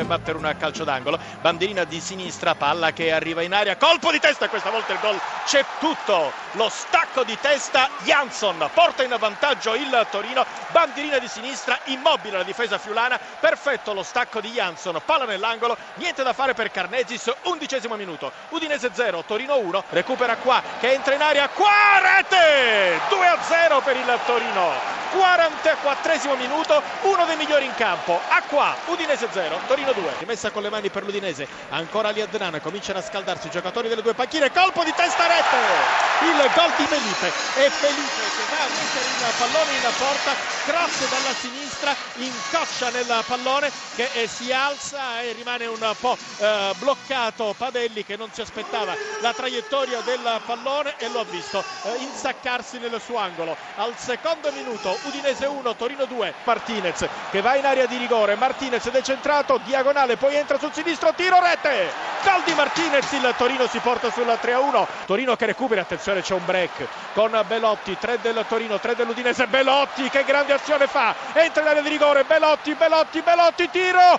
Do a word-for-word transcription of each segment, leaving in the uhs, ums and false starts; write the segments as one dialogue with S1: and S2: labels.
S1: battere un calcio d'angolo. Bandierina di sinistra, palla che arriva in aria, colpo di testa, questa volta il gol c'è tutto, lo stacco di testa, Jansson porta in vantaggio il Torino. Bandierina di sinistra, immobile la difesa friulana, perfetto lo stacco di Jansson, palla nell'angolo, niente da fare per Karnežis. Undicesimo minuto, Udinese zero, Torino uno, recupera qua che entra in aria, qua rete, due a zero per il Torino. quarantaquattresimo minuto, uno dei migliori in campo, a qua, Udinese zero, Torino due. Rimessa con le mani per l'Udinese, ancora Ali Adnan, cominciano a scaldarsi i giocatori delle due panchine, colpo di testa, rete, il gol di Felipe, e Felipe che va a mettere il pallone in porta, cross dalla sinistra, incoccia nel pallone che eh, si alza e rimane un po' eh, bloccato Padelli, che non si aspettava la traiettoria del pallone e lo ha visto eh, insaccarsi nel suo angolo. Al secondo minuto Udinese uno, Torino due, Martinez che va in area di rigore, Martinez decentrato, diagonale, poi entra sul sinistro, tiro, rete, gol di Martinez, il Torino si porta sul tre a uno. Torino che recupera, attenzione c'è un break con Belotti, tre del Torino, tre dell'Udinese, Belotti che grande azione fa, entra in area di rigore, Belotti, Belotti, Belotti, tiro,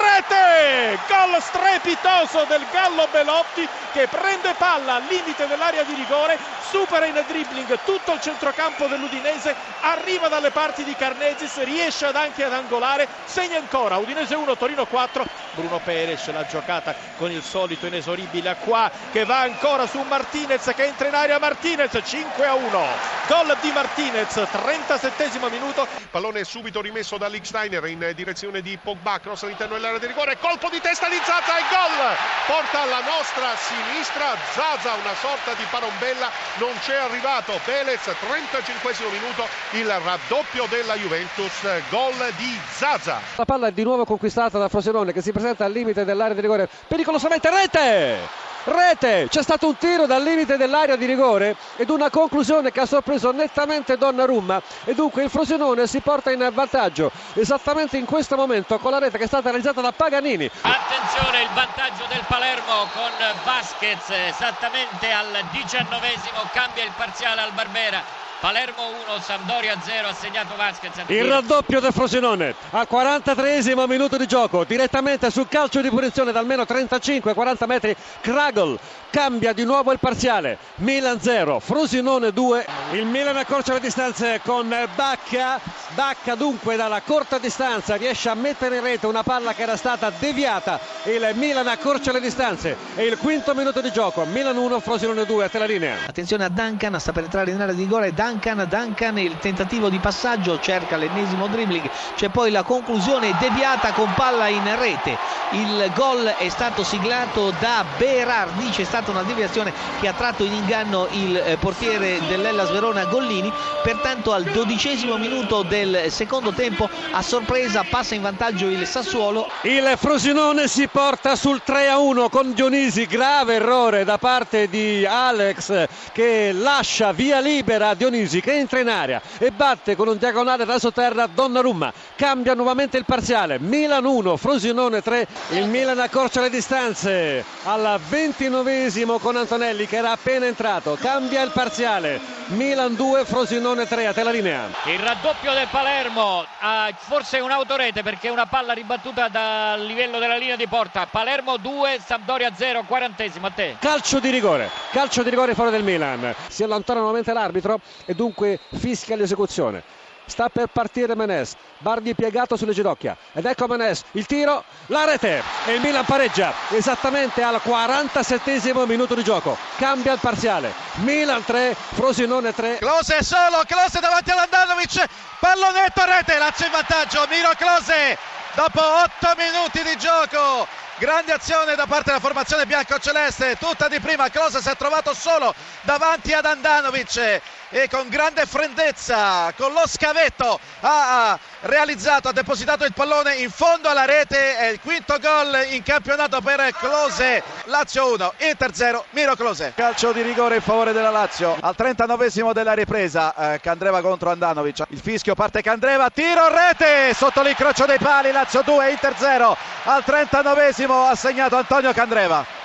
S1: rete, gol strepitoso del Gallo Belotti che prende palla al limite dell'area di rigore, supera in dribbling tutto il centrocampo dell'Udinese, arriva dalle parti di Karnežis, riesce ad anche ad angolare, segna ancora, Udinese uno, Torino quattro. Bruno Peres l'ha giocata con il solito inesoribile qua che va ancora su Martinez che entra in area, Martinez cinque a uno, gol di Martinez, trentasettesimo minuto.
S2: Pallone subito rimesso da Lichtsteiner in direzione di Pogba, cross all'interno dell'area di rigore, colpo di testa di Zaza e gol, porta alla nostra sinistra Zaza, una sorta di parombella, non c'è arrivato Pelez, trentacinquesimo minuto, il raddoppio della Juventus, gol di Zaza.
S3: La palla è di nuovo conquistata da Frosinone che si presenta al limite dell'area di rigore, pericolosamente, rete! Rete, c'è stato un tiro dal limite dell'area di rigore ed una conclusione che ha sorpreso nettamente Donnarumma e dunque il Frosinone si porta in vantaggio esattamente in questo momento con la rete che è stata realizzata da Paganini.
S4: Attenzione, il vantaggio del Palermo con Vasquez esattamente al diciannovesimo, cambia il parziale al Barbera. Palermo uno, Sampdoria zero, ha segnato Vasquez.
S3: Il raddoppio del Frosinone al quarantatreesimo minuto di gioco, direttamente sul calcio di punizione da almeno trentacinque quaranta metri, Kragl cambia di nuovo il parziale, Milan zero, Frosinone due. Il Milan accorcia le distanze con Bacca, Bacca dunque dalla corta distanza riesce a mettere in rete una palla che era stata deviata, il Milan accorcia le distanze e il quinto minuto di gioco, Milan uno, Frosinone due, a te la linea.
S5: Attenzione a Duncan, sta per entrare in area di rigore, Duncan, Duncan, il tentativo di passaggio, cerca l'ennesimo dribbling, c'è poi la conclusione deviata con palla in rete. Il gol è stato siglato da Berardi, c'è stata una deviazione che ha tratto in inganno il portiere dell'Hellas Verona Gollini, pertanto al dodicesimo minuto del secondo tempo a sorpresa passa in vantaggio il Sassuolo.
S3: Il Frosinone si porta sul tre a uno con Dionisi, grave errore da parte di Alex che lascia via libera a Dionisi che entra in area e batte con un diagonale da sotterra Donnarumma, cambia nuovamente il parziale, Milan uno, Frosinone tre. Il Milan accorcia le distanze al ventinovesimo con Antonelli che era appena entrato, cambia il parziale, Milan due, Frosinone tre, a te la linea.
S4: Il raddoppio del Palermo, ah, forse un'autorete perché una palla ribattuta dal livello della linea di porta. Palermo due, Sampdoria zero, quarantesimo, a te.
S3: Calcio di rigore, calcio di rigore fuori del Milan, si allontana nuovamente l'arbitro e dunque fischia l'esecuzione. Sta per partire Menes, Bardi piegato sulle ginocchia ed ecco Menes, il tiro, la rete e il Milan pareggia esattamente al quarantasettesimo minuto di gioco, cambia il parziale, Milan tre, Frosinone tre.
S6: Klose solo, Klose davanti all'Andanovic, pallonetto, rete, Lazio in vantaggio, Miro Klose dopo otto minuti di gioco. Grande azione da parte della formazione biancoceleste, tutta di prima, Klose si è trovato solo davanti ad Andanovic e con grande freddezza, con lo scavetto ha realizzato, ha depositato il pallone in fondo alla rete, è il quinto gol in campionato per Klose. Lazio uno, Inter zero, Miro Klose.
S7: Calcio di rigore in favore della Lazio al trentanovesimo della ripresa, eh, Candreva contro Andanovic, il fischio, parte Candreva, tiro, rete sotto l'incrocio dei pali, Lazio due, Inter zero, al trentanovesimo ha segnato Antonio Candreva.